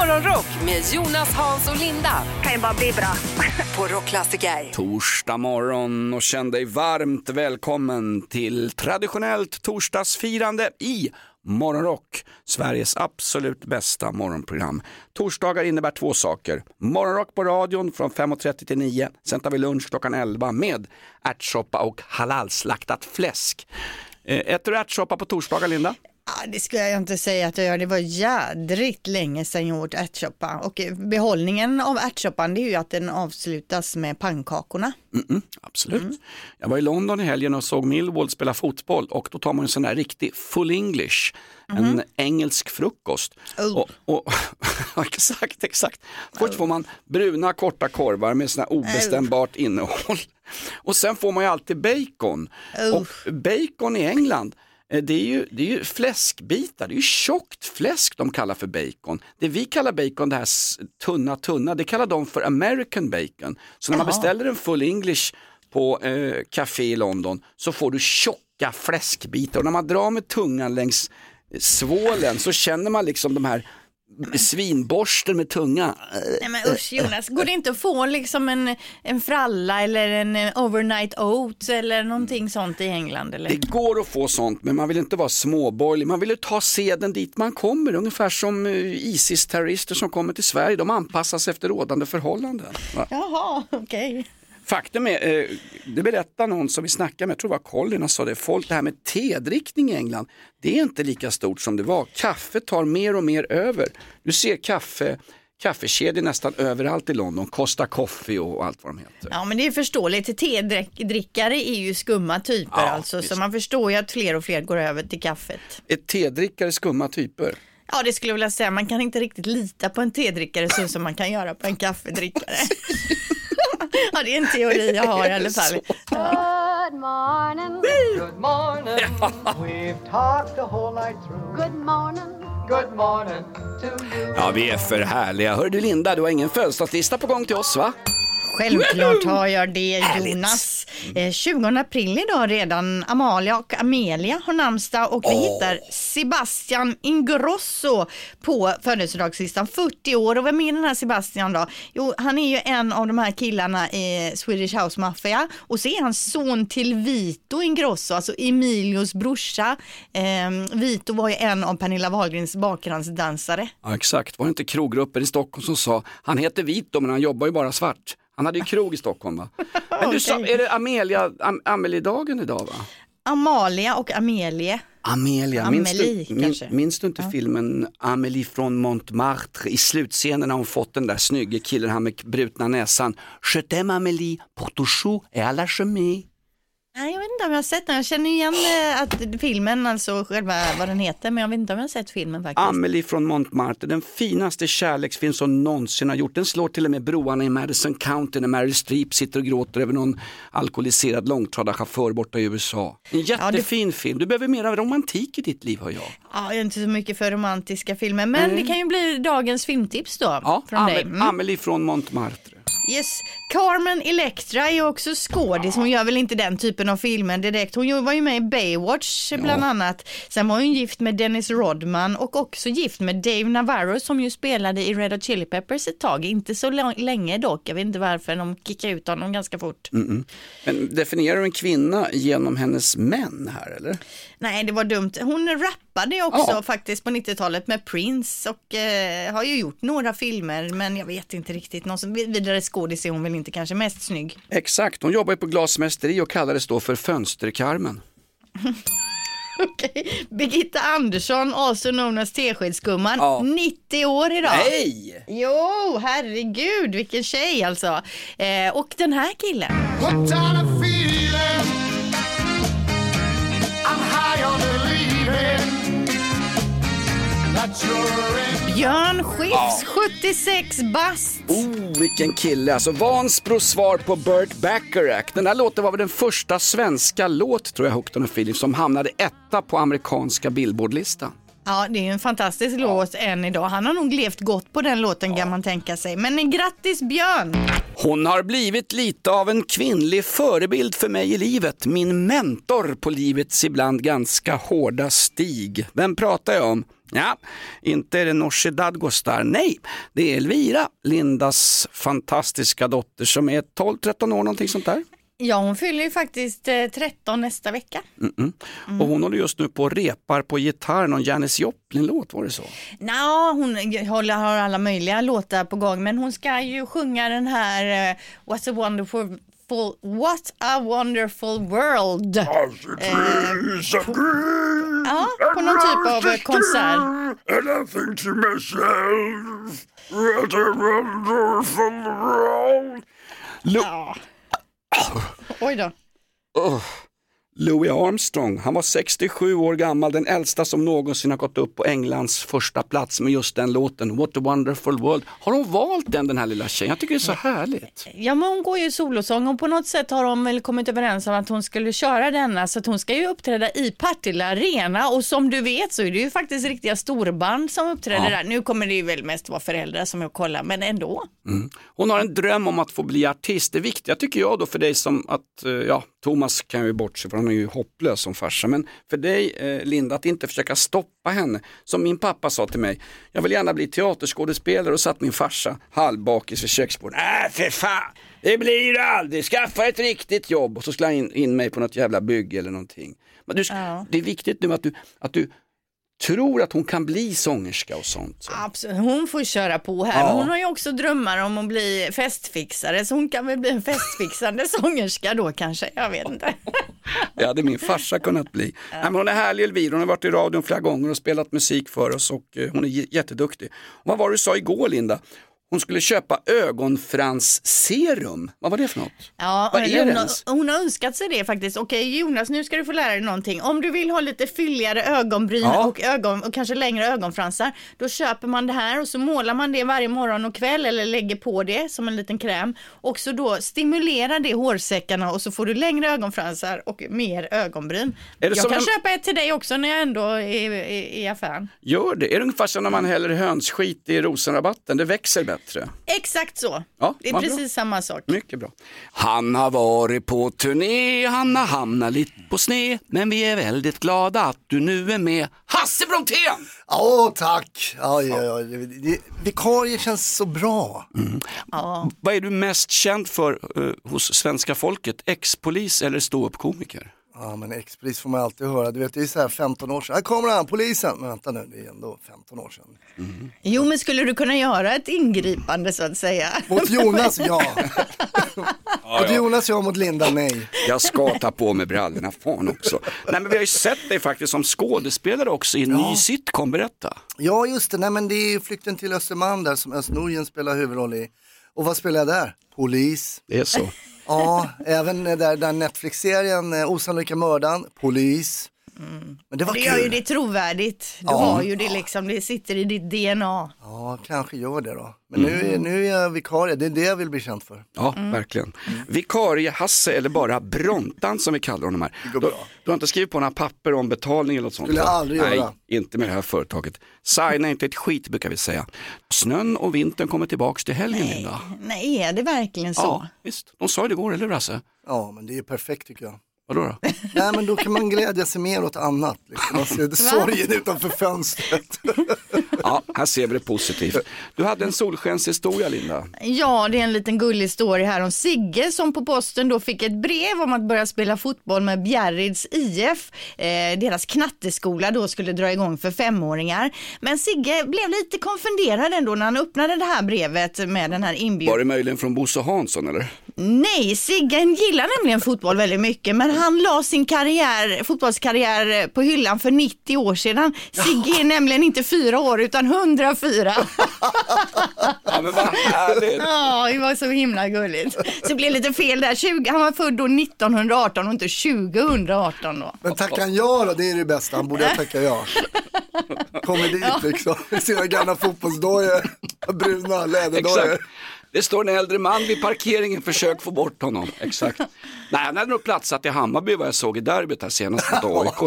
Morgonrock med Jonas, Hans och Linda. Kan ju bara bli bra. På Rockklassiker. Torsdag morgon och känn dig varmt välkommen till traditionellt torsdagsfirande i Morgonrock, Sveriges absolut bästa morgonprogram. Torsdagar innebär två saker. Morgonrock på radion från 5.30 till 9. Sen tar vi lunch klockan 11 med ärtsoppa och halalslaktat fläsk. Äter du ärtsoppa på torsdagar, Linda? Ja, det skulle jag inte säga att jag gör. Det var jädrigt länge sedan jag åt ärtsoppa. Och behållningen av ärtsoppan, det är ju att den avslutas med pannkakorna. Absolut. Jag var i London i helgen och såg Millwall spela fotboll. Och då tar man en sån där riktig full English. En engelsk frukost. Och exakt. Först får man bruna korta korvar med sån här obestämbart innehåll. Och sen får man ju alltid bacon. Och bacon i England, det är ju fläskbitar, det är ju tjockt fläsk de kallar för bacon. Det vi kallar bacon, det här tunna, det kallar de för American bacon. Så när man beställer en full English på café i London så får du tjocka fläskbitar. Och när man drar med tungan längs svålen så känner man liksom de här svinborsten med tunga. Nej men usch Jonas, går det inte att få liksom en fralla eller en overnight oats eller någonting sånt i England? Eller? Det går att få sånt, men man vill inte vara småborgerlig. Man vill ju ta seden dit man kommer, ungefär som ISIS-terrorister som kommer till Sverige. De anpassas efter rådande förhållanden. Va? Jaha, okej. Faktum är, det berättar någon som vi snackade med, jag tror det var Colin, sa det, folk, det här med tedrickning i England, det är inte lika stort som det var. Kaffe tar mer och mer över. Du ser kaffekedjor nästan överallt i London, Costa Coffee och allt vad de heter. Ja, men det är förståeligt. Tedrickare är ju skumma typer så man förstår ju att fler och fler går över till kaffet. Är tedrickare skumma typer? Ja, det skulle jag vilja säga. Man kan inte riktigt lita på en tedrickare så som man kan göra på en kaffedrickare. Ja, det är en teori jag har i alla fall. Good morning. Good morning. We've talked the whole night through. Good morning. Good morning to you. Ja, vi är för härliga. Hör du Linda, du har ingen födelsedagslista på gång till oss, va? Självklart har jag det, Jonas. 20 april idag redan. Amalia och Amelia har namnsdag och vi hittar Sebastian Ingrosso på födelsedagslistan, 40 år. Och vem är den här Sebastian då? Jo, han är ju en av de här killarna i Swedish House Mafia och så är hans son till Vito Ingrosso, alltså Emilios brorsa. Vito var ju en av Pernilla Wahlgrens bakgrunsdansare. Ja, exakt. Var det inte kroggrupper i Stockholm som sa, han heter Vito men han jobbar ju bara svart. Han hade ju krog i Stockholm, va? Men du sa, är det Amelie-dagen idag, va? Amalia och Amelie. Amelia, Amelie, minns du inte filmen Amélie från Montmartre i slutscenen när hon fått den där snygga killen här med brutna näsan? Je t'aime Amélie, pour toujours et à la chemise. Nej, jag vet inte om jag har sett den. Jag känner igen att filmen, alltså själva vad den heter, men jag vet inte om jag har sett filmen faktiskt. Amélie från Montmartre, den finaste kärleksfilm som någonsin har gjort. Den slår till och med broarna i Madison County när Meryl Streep sitter och gråter över någon alkoholiserad långtradarchaufför borta i USA. En jättefin film. Du behöver mer av romantik i ditt liv, har jag. Ja, jag är inte så mycket för romantiska filmer, men det kan ju bli dagens filmtips då. Ja, från dig. Amélie från Montmartre. Yes. Carmen Electra är också skådis. Hon gör väl inte den typen av filmer direkt. Hon var ju med i Baywatch bland annat. Sen var hon gift med Dennis Rodman och också gift med Dave Navarro som ju spelade i Red Hot Chili Peppers ett tag. Inte så länge dock. Jag vet inte varför de kickade ut honom ganska fort. Men definierar du en kvinna genom hennes män här, eller? Nej, det var dumt. Hon rappade också faktiskt på 90-talet med Prince och har ju gjort några filmer, men jag vet inte riktigt. Någon som vidare skådis är hon väl inte kanske mest snygg. Exakt, hon jobbar ju på glasmästeri och kallades då för Fönsterkarmen. Okej. Birgitta Andersson, also known as Teskedsgumman, 90 år idag. Nej! Jo, herregud, vilken tjej alltså. Och den här killen. Björn Skifs, 76 bast. Vilken kille. Alltså Vansbros svar på Burt Bacharach. Den där låten var väl den första svenska låt, tror jag, Houghton och Phillips, som hamnade etta på amerikanska Billboardlistan. Ja, det är ju en fantastisk låt än idag. Han har nog levt gott på den låten, kan man tänka sig. Men grattis Björn! Hon har blivit lite av en kvinnlig förebild för mig i livet. Min mentor på livets ibland ganska hårda stig. Vem pratar jag om? Ja, inte är det Nooshi Dadgostar. Nej, det är Elvira, Lindas fantastiska dotter som är 12-13 år, någonting sånt där. Ja, hon fyller ju faktiskt 13 nästa vecka. Och hon håller just nu på och repar på gitarr någon Janis Joplin-låt, var det så? Hon har alla möjliga låtar på gång, men hon ska ju sjunga den här What a wonderful world. På någon typ av konsert. And I think to myself, what a wonderful world. Oj då. Louis Armstrong, han var 67 år gammal, den äldsta som någonsin har gått upp på Englands första plats med just den låten, What a wonderful world. Har hon valt den här lilla tjejen? Jag tycker det är så härligt. Ja, men hon går ju solosång och på något sätt har de väl kommit överens om att hon skulle köra denna, så att hon ska ju uppträda i Partille Arena, och som du vet så är det ju faktiskt riktiga storband som uppträder där. Nu kommer det ju väl mest vara föräldrar som jag kollar, men ändå. Hon har en dröm om att få bli artist. Det viktiga tycker jag då för dig som att, Thomas kan ju bort sig för han är ju hopplös som farsa, men för dig Linda, att inte försöka stoppa henne. Som min pappa sa till mig, jag vill gärna bli teaterskådespelare, och satt min farsa halvbakis vid köksbordet. För fan, det blir aldrig, skaffa ett riktigt jobb. Och så skulle han in mig på något jävla bygge eller någonting. Men det är viktigt nu att du tror att hon kan bli sångerska och sånt. Så. Absolut, hon får köra på här. Men hon har ju också drömmar om att bli festfixare, så hon kan väl bli en festfixande sångerska då kanske, jag vet inte. Det hade min farsa kunnat bli. Nej, men hon är härlig, Elvira, hon har varit i radion flera gånger och spelat musik för oss, och hon är jätteduktig. Och vad var det du sa igår, Linda? Hon skulle köpa ögonfransserum. Vad var det för något? Ja, hon har önskat sig det faktiskt. Okej, Jonas, nu ska du få lära dig någonting. Om du vill ha lite fylligare ögonbryn och kanske längre ögonfransar, då köper man det här och så målar man det varje morgon och kväll, eller lägger på det som en liten kräm. Och så då stimulerar det hårsäckarna, och så får du längre ögonfransar och mer ögonbryn. Jag kan köpa ett till dig också när jag ändå är i affären. Gör det? Är det ungefär som när man häller hönsskit i rosenrabatten? Det växer bättre. Exakt så. Ja, det är precis samma sak. Mycket bra. Han har varit på turné, han har hamnat lite på sned, men vi är väldigt glada att du nu är med. Hasse Brontén! Tack. Vikarie känns så bra. Vad är du mest känd för hos svenska folket? Ex-polis eller ståuppkomiker? Ja, men ex-polis får man alltid höra. Du vet, det är så här 15 år sedan. Här kommer han, polisen. Men vänta nu, det är ändå 15 år sedan. Jo, men skulle du kunna göra ett ingripande så att säga? Mot Jonas, ja. Mot Jonas, ja. Mot Linda, nej. Jag ska ta på mig brallorna, fan också. Nej, men vi har ju sett dig faktiskt som skådespelare också i en ny sitcom, berätta. Ja, just det. Nej, men det är Flykten till Östermalm där som Özz Nujen spelar huvudroll i. Och vad spelar jag där? Polis. Det är så. Ja, även där Netflix-serien Osannolika mördaren, polis. Men det gör ju det trovärdigt. Du har ju det liksom, det sitter i ditt DNA. Ja, kanske gör det då. Men nu är jag vikarie, det är det jag vill bli känd för. Ja, verkligen. Vikarie Hasse, eller bara Brontan som vi kallar honom här. Du har inte skrivit på några papper om betalning eller något sånt? Skulle jag aldrig göra. Nej, inte med det här företaget. Signa inte ett skit, brukar vi säga. Snön och vintern kommer tillbaks till helgen, Linda. Nej, är det verkligen så? Ja, visst. De sa det igår, eller Rasse? Ja, men det är perfekt tycker jag. Vadå då? Nej, men då kan man glädja sig mer åt annat. Liksom. Man ser sorgen utanför fönstret. Ja, här ser vi det positivt. Du hade en solskenshistoria, Linda. Ja, det är en liten gullig story här om Sigge som på posten då fick ett brev om att börja spela fotboll med Bjärrids IF. Deras knatteskola då skulle dra igång för 5-åringar. Men Sigge blev lite konfunderad ändå när han öppnade det här brevet med den här inbjudan. Var det möjligen från Bosse Hansson, eller? Nej, Siggen gillar nämligen fotboll väldigt mycket, men han la sin fotbollskarriär på hyllan för 90 år sedan. Sigge är nämligen inte 4 år utan 104. Ja, men vad härligt. Ja, det var så himla gulligt. Så det blev lite fel där. Han var född då 1918 och inte 2018 då. Men tackar jag då, det är det bästa. Han borde tacka jag. Kommer dit liksom. Sina gamla fotbollsdojor, bruna läderdojor. Det står en äldre man vid parkeringen, försök få bort honom. Exakt. Nej, han hade nog platsat i Hammarby vad jag såg i derbyt här senast mot AIK.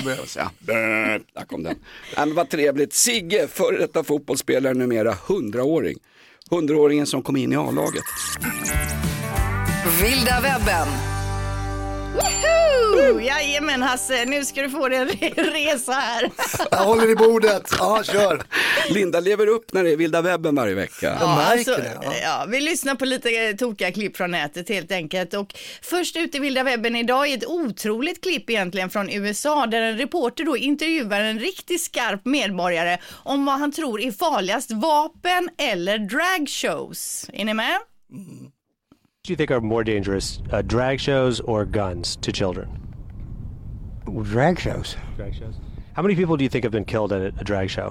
Där kom den. Nej, men vad trevligt. Sigge, före detta fotbollsspelare, numera 100-åring. 100-åringen som kom in i A-laget. Vilda webben. Woohoo! Jajamän Hasse, nu ska du få en resa här. Jag håller i bordet, ja kör. Linda lever upp när det är vilda webben varje vecka. Jag märker det. Ja. Ja, vi lyssnar på lite tokiga klipp från nätet helt enkelt. Och först ut i vilda webben idag är ett otroligt klipp egentligen från USA där en reporter då intervjuar en riktigt skarp medborgare om vad han tror är farligast, vapen eller dragshows. Är ni med? Do you think are more dangerous, drag shows or guns to children? Drag shows. Drag shows. How many people do you think have been killed at a drag show?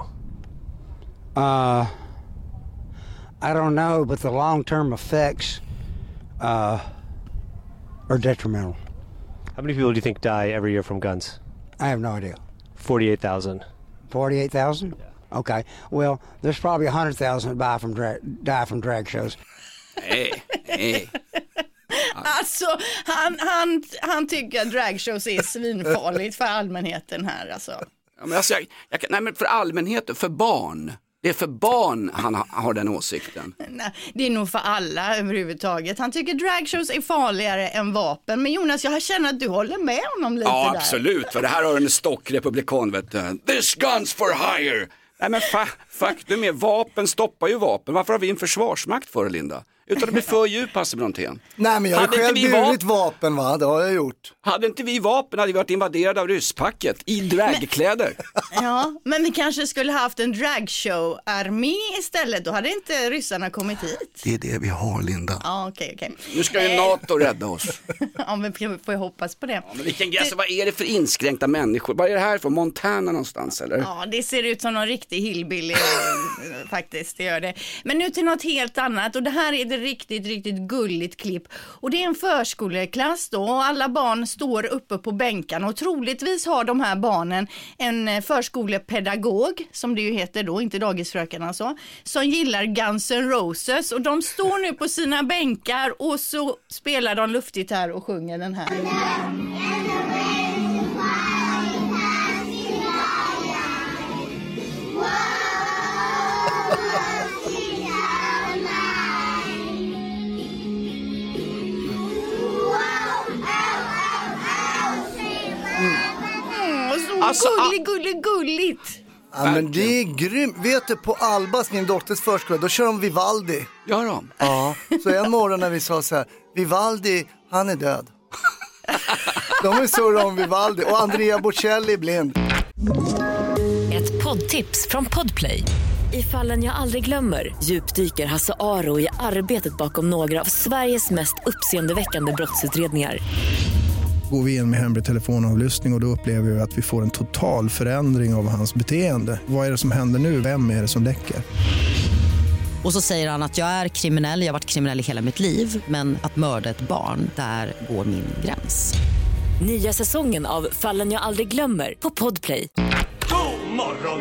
I don't know, but the long-term effects are detrimental. How many people do you think die every year from guns? I have no idea. 48,000. 48,000? Yeah. Okay. Well, there's probably 100,000 that die from drag shows. Nej. Alltså, han tycker att dragshows är svinfarligt för allmänheten här alltså. Ja, men alltså, nej, men för allmänheten, för barn. Det är för barn han har den åsikten. Nej, det är nog för alla överhuvudtaget. Han tycker dragshows är farligare än vapen. Men Jonas, jag känner att du håller med honom lite där. Ja, absolut. För det här har en stockrepublikan, vet du. This guns for hire. Nej, men faktum är, vapen stoppar ju vapen. Varför har vi en försvarsmakt för det, Linda? Utan det blir för djup, Hasse Brontén. Nej, men jag har själv burit vapen, va? Det har jag gjort. Hade inte vi vapen hade vi varit invaderade av rysspacket i dragkläder. Ja, men vi kanske skulle haft en dragshow-armé istället. Då hade inte ryssarna kommit hit. Det är det vi har, Linda. Ja, okej. Nu ska ju NATO rädda oss. Ja, men får jag hoppas på det. Ja, men vilken grej, vad är det för inskränkta människor? Vad är det här för Montana någonstans, eller? Ja, det ser ut som någon riktig hillbilly faktiskt, det gör det. Men nu till något helt annat, och det här är det riktigt gulligt klipp. Och det är en förskoleklass då, och alla barn står uppe på bänkarna, och troligtvis har de här barnen en förskolepedagog, som det ju heter då, inte dagisfröken alltså, som gillar Guns N' Roses, och de står nu på sina bänkar och så spelar de luftgitarr och sjunger den här. Så gulligt. Ja, men det är grymt. Vet du, på Albas, min dotters förskola, då kör de Vivaldi. Gör de? Ja, så en morgon när vi sa så här, Vivaldi, han är död. De är surra om Vivaldi, och Andrea Bocelli är blind. Ett poddtips från Podplay. I Fallen jag aldrig glömmer djupdyker Hasse Aro i arbetet bakom några av Sveriges mest uppseendeväckande brottsutredningar. Går vi in med hemlig telefonavlyssning och då upplever vi att vi får en total förändring av hans beteende. Vad är det som händer nu? Vem är det som läcker? Och så säger han att jag är kriminell, jag har varit kriminell i hela mitt liv. Men att mörda ett barn, där går min gräns. Nya säsongen av Fallen jag aldrig glömmer på Podplay. God morgon,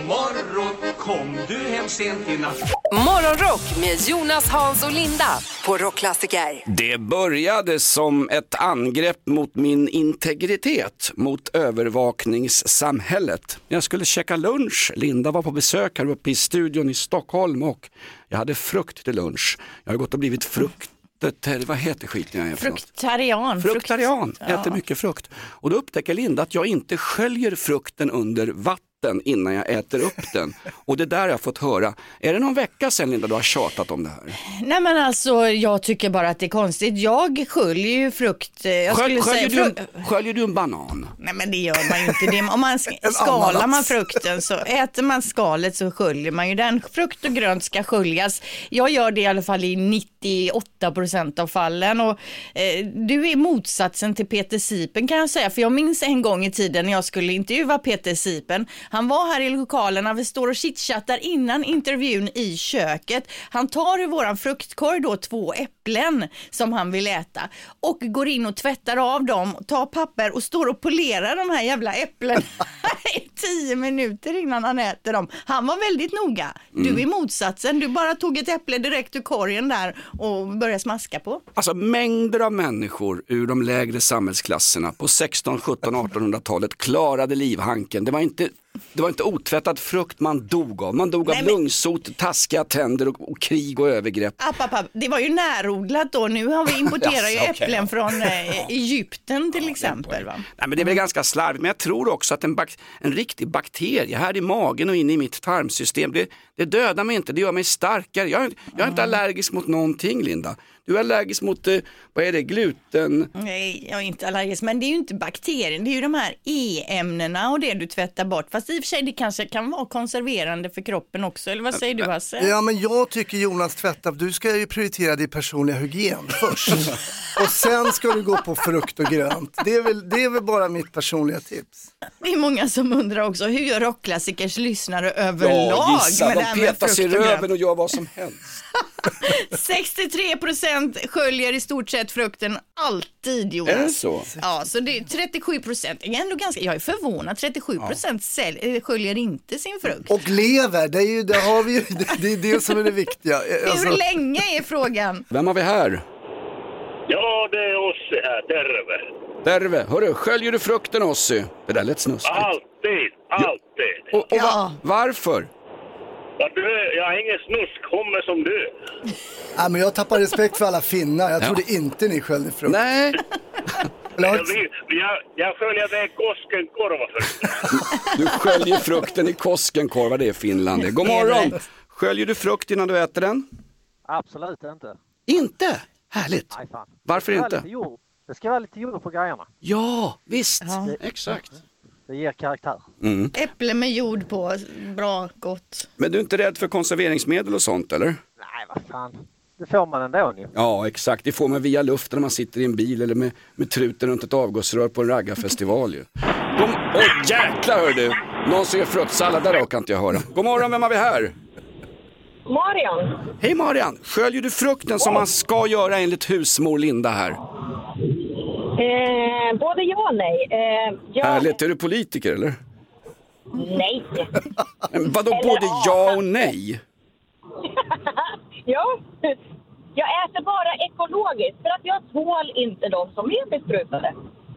kom du hem sent i natt. Morgonrock med Jonas, Hans och Linda på Rockklassiker. Det började som ett angrepp mot min integritet, mot övervakningssamhället. Jag skulle käka lunch. Linda var på besök här uppe i studion i Stockholm och jag hade frukt till lunch. Jag har gått och blivit vad heter skiten jag är? Fruktarian. Äter mycket frukt. Och då upptäcker Linda att jag inte sköljer frukten under vatten innan jag äter upp den. Och det där har jag fått höra. Är det någon vecka sedan, Linda, du har tjatat om det här? Nej, men alltså, jag tycker bara att det är konstigt. Jag sköljer ju frukt. Sköljer du en banan? Nej, men det gör man ju inte. Det, om man skalar man frukten, så äter man skalet så sköljer man ju den. Frukt och grönt ska sköljas. Jag gör det i alla fall i 98% av fallen. Och du är motsatsen till Peter Sipen, kan jag säga. För jag minns en gång i tiden när jag skulle intervjua Peter Sipen. Han var här i lokalerna, vi står och chitchattar innan intervjun i köket. Han tar i våran fruktkorg då 2 äpplen som han vill äta och går in och tvättar av dem, tar papper och står och polerar de här jävla äpplen i 10 minuter innan han äter dem. Han var väldigt noga. Du är motsatsen, du bara tog ett äpple direkt ur korgen där och började smaska på. Alltså mängder av människor ur de lägre samhällsklasserna på 16, 17, 1800-talet klarade livhanken. Det var inte Det var inte otvättad frukt man dog av. Man dog av lungsot, taskiga tänder och krig och övergrepp. App. Det var ju närodlat då. Nu har vi importerat ju äpplen från Egypten till exempel. Va? Nej, men det är väl ganska slarvigt. Men jag tror också att en riktig bakterie här i magen och inne i mitt tarmsystem, det dödar mig inte, det gör mig starkare. Jag är inte allergisk mot någonting, Linda. Du är allergisk mot, vad är det, gluten? Nej, jag är inte allergisk, men det är ju inte bakterien. Det är ju de här E-ämnena och det du tvättar bort. Fast i och för sig det kanske kan vara konserverande för kroppen också. Eller vad säger du, Hasse? Ja, men jag tycker Jonas tvättar. Du ska ju prioritera din personliga hygien först. Och sen ska du gå på frukt och grönt. Det är väl bara mitt personliga tips. Det är många som undrar också, hur gör rockklassikers lyssnare överlag? Ja, gissa, med de petar sig i röven och gör vad som helst. 63% sköljer i stort sett frukten alltid, Jonas. Är det så? Ja, så det är 37%. Jag är ändå jag är förvånad. 37% sköljer inte sin frukt. Och lever, det är det som är det viktiga. Alltså... Hur länge är frågan? Vem har vi här? Ja, det är Ossi här, Derve, hörru, sköljer du frukten, Ossi? Det där lät snuskigt. Alltid. Och varför? Ja, jag har ingen snuskkomme som du. Ja, men jag tappar respekt för alla finnar. Jag trodde inte ni sköljde frukt. Nej. Jag sköljer det i Koskenkorva först. Du sköljer frukten i Koskenkorva, det är Finland. God morgon. Sköljer du frukt innan du äter den? Absolut inte. Inte? Härligt. Nej, fan. Varför inte? Det ska vara lite jord på grejerna. Ja, visst. Ja. Exakt. Det ger karaktär. Äpple med jord på, bra, gott. Men du är inte rädd för konserveringsmedel och sånt, eller? Nej, vad fan. Det får man ändå nu. Ja, exakt. Det får man via luften när man sitter i en bil eller med truten runt ett avgasrör på en raggarfestival ju. Jäklar, hör du. Någon som gör fruktsallad där kan inte jag höra. God morgon, vem har vi här? Marian. Hej Marian, sköljer du frukten som man ska göra enligt husmor Linda här? Både ja och nej. Härligt, är du politiker eller? Nej. Men vadå både ja och nej? Ja, jag äter bara ekologiskt för att jag tål inte de som är besprutade.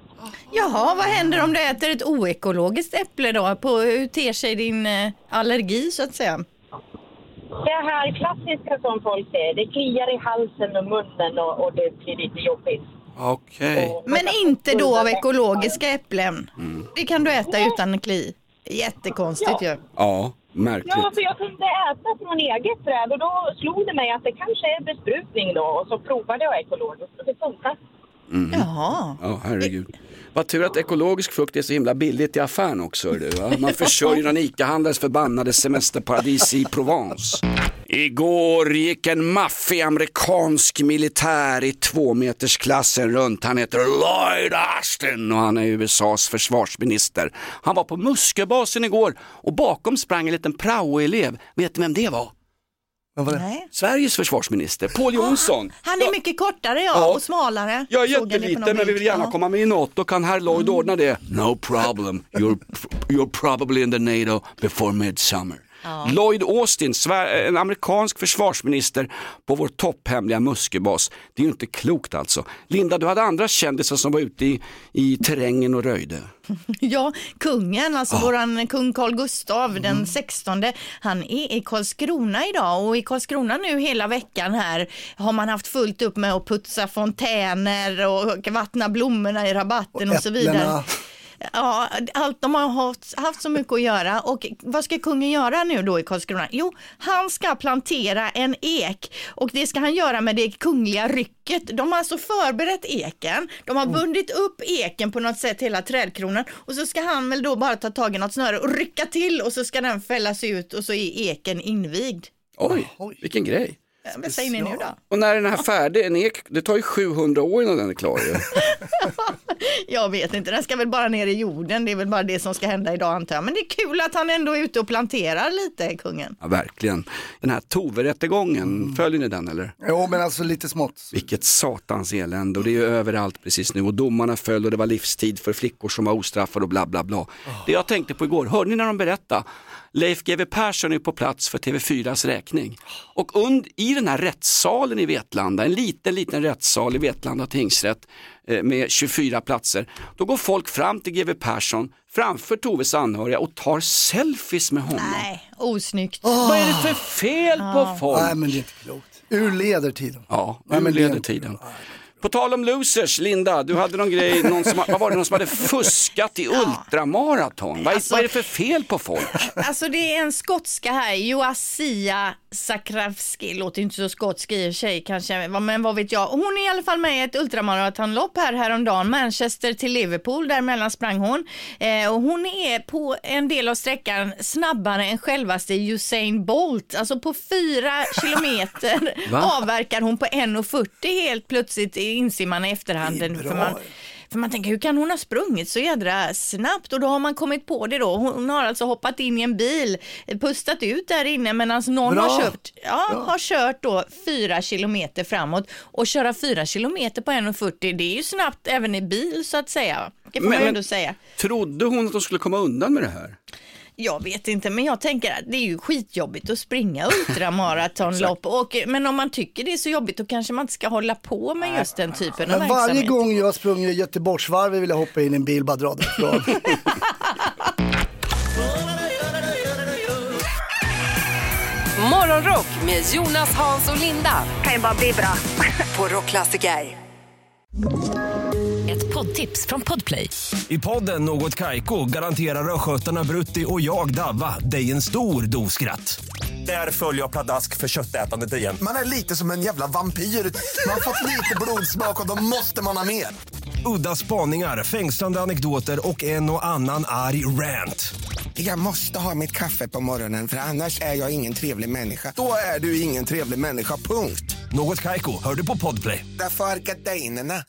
Jaha, vad händer om du äter ett oekologiskt äpple då? Hur ter sig din allergi så att säga? Det här klassiska som folk säger, det kliar i halsen och munnen och det blir lite jobbigt. Okej. Men inte då av ekologiska äpplen. Det kan du äta utan kli. Jättekonstigt ju. Ja, märkligt. Ja, för jag kunde äta från eget träd och då slog det mig att det kanske är besprutning då. Och så provade jag ekologiskt och det funkar. Jaha. Ja, herregud. Vad tur att ekologisk frukt är så himla billigt i affären också. Va? Man försörjer någon ICA-handlares förbannade semesterparadis i Provence. Igår gick en maffig amerikansk militär i 2-metersklassen runt. Han heter Lloyd Austin och han är USAs försvarsminister. Han var på Musköbasen igår och bakom sprang en liten prao-elev. Vet du vem det var? Sveriges försvarsminister, Paul Jonsson. Han är mycket kortare och smalare. Jag är jätteliten men vi vill gärna komma med i NATO. Kan herr Lloyd ordna det? No problem, you're probably in the NATO before midsummer. Lloyd Austin, en amerikansk försvarsminister på vår topphemliga Musköbas. Det är ju inte klokt alltså. Linda, du hade andra kändisar som var ute i terrängen och röjde. Ja, kungen, alltså våran kung Carl Gustav den 16. Han är i Karlskrona idag och i Karlskrona nu hela veckan här har man haft fullt upp med att putsa fontäner och vattna blommorna i rabatten och så vidare. Ja, allt de har haft så mycket att göra. Och vad ska kungen göra nu då i Karlskrona? Jo, han ska plantera en ek. Och det ska han göra med det kungliga rycket. De har alltså förberett eken. De har bundit upp eken på något sätt, hela trädkronan. Och så ska han väl då bara ta tag i något snöre och rycka till. Och så ska den fällas ut och så är eken invigd. Oj, vilken grej. Vad säger ni nu då? Och när den här färdig, en ek, det tar ju 700 år innan den är klar. Jag vet inte, den ska väl bara ner i jorden. Det är väl bara det som ska hända idag antar jag. Men det är kul att han ändå är ute och planterar lite, kungen. Ja, verkligen. Den här Tove-rättegången, följer ni den eller? Jo, men alltså lite smått. Vilket satans elände och det är ju överallt precis nu. Och domarna föll och det var livstid för flickor som var ostraffade och bla bla bla. Det jag tänkte på igår, hörde ni när de berättade? Leif GW Persson är på plats för TV4s räkning. Och i den här rättssalen i Vetlanda, en liten rättssal i Vetlanda tingsrätt, med 24 platser. Då går folk fram till GW Persson framför Toves anhöriga och tar selfies med honom. Nej, osnyggt. Vad är det för fel på folk? Nej, men det är inte klokt. Ur leder tiden. Ja, ur leder tiden. På tal om losers, Linda, du hade någon grej, någon som hade fuskat i ultramaraton. Vad är det för fel på folk? Alltså det är en skotska här, Joasia Sakravski, låter inte så skotsk i och för sig kanske, men vad vet jag. Hon är i alla fall med i ett ultramaratonlopp häromdagen, Manchester till Liverpool, däremellan sprang hon. Och hon är på en del av sträckan snabbare än självaste Usain Bolt. Alltså på 4 kilometer avverkar hon på 1,40 helt plötsligt, inser man i efterhanden. För man tänker, hur kan hon ha sprungit så jädra snabbt? Och då har man kommit på det då. Hon har alltså hoppat in i en bil, pustat ut där inne, medan någon har kört då 4 kilometer framåt. Och köra 4 kilometer på 1,40, det är ju snabbt även i bil så att säga. Det får man ändå säga. Trodde hon att de skulle komma undan med det här? Jag vet inte, men jag tänker att det är ju skitjobbigt att springa ultramaratonlopp. Men om man tycker det är så jobbigt, då kanske man inte ska hålla på med just den typen av verksamhet. Varje gång jag springer Göteborgsvarvet vill jag hoppa in i en bil, bara dra därifrån. Morgonrock med Jonas, Hans och Linda. Kan ju bara bli bra. På Rockklassiker. Ett poddtips från Podplay. I podden Något Kaiko garanterar röskötarna Brutti och jag Davva dig en stor doskratt. Där följer jag pladask för köttätandet igen. Man är lite som en jävla vampyr. Man har fått lite blodsmak och då måste man ha mer. Udda spaningar, fängslande anekdoter och en och annan arg rant. Jag måste ha mitt kaffe på morgonen för annars är jag ingen trevlig människa. Då är du ingen trevlig människa, punkt. Något Kaiko, hör du på Podplay. Därför är gardinerna.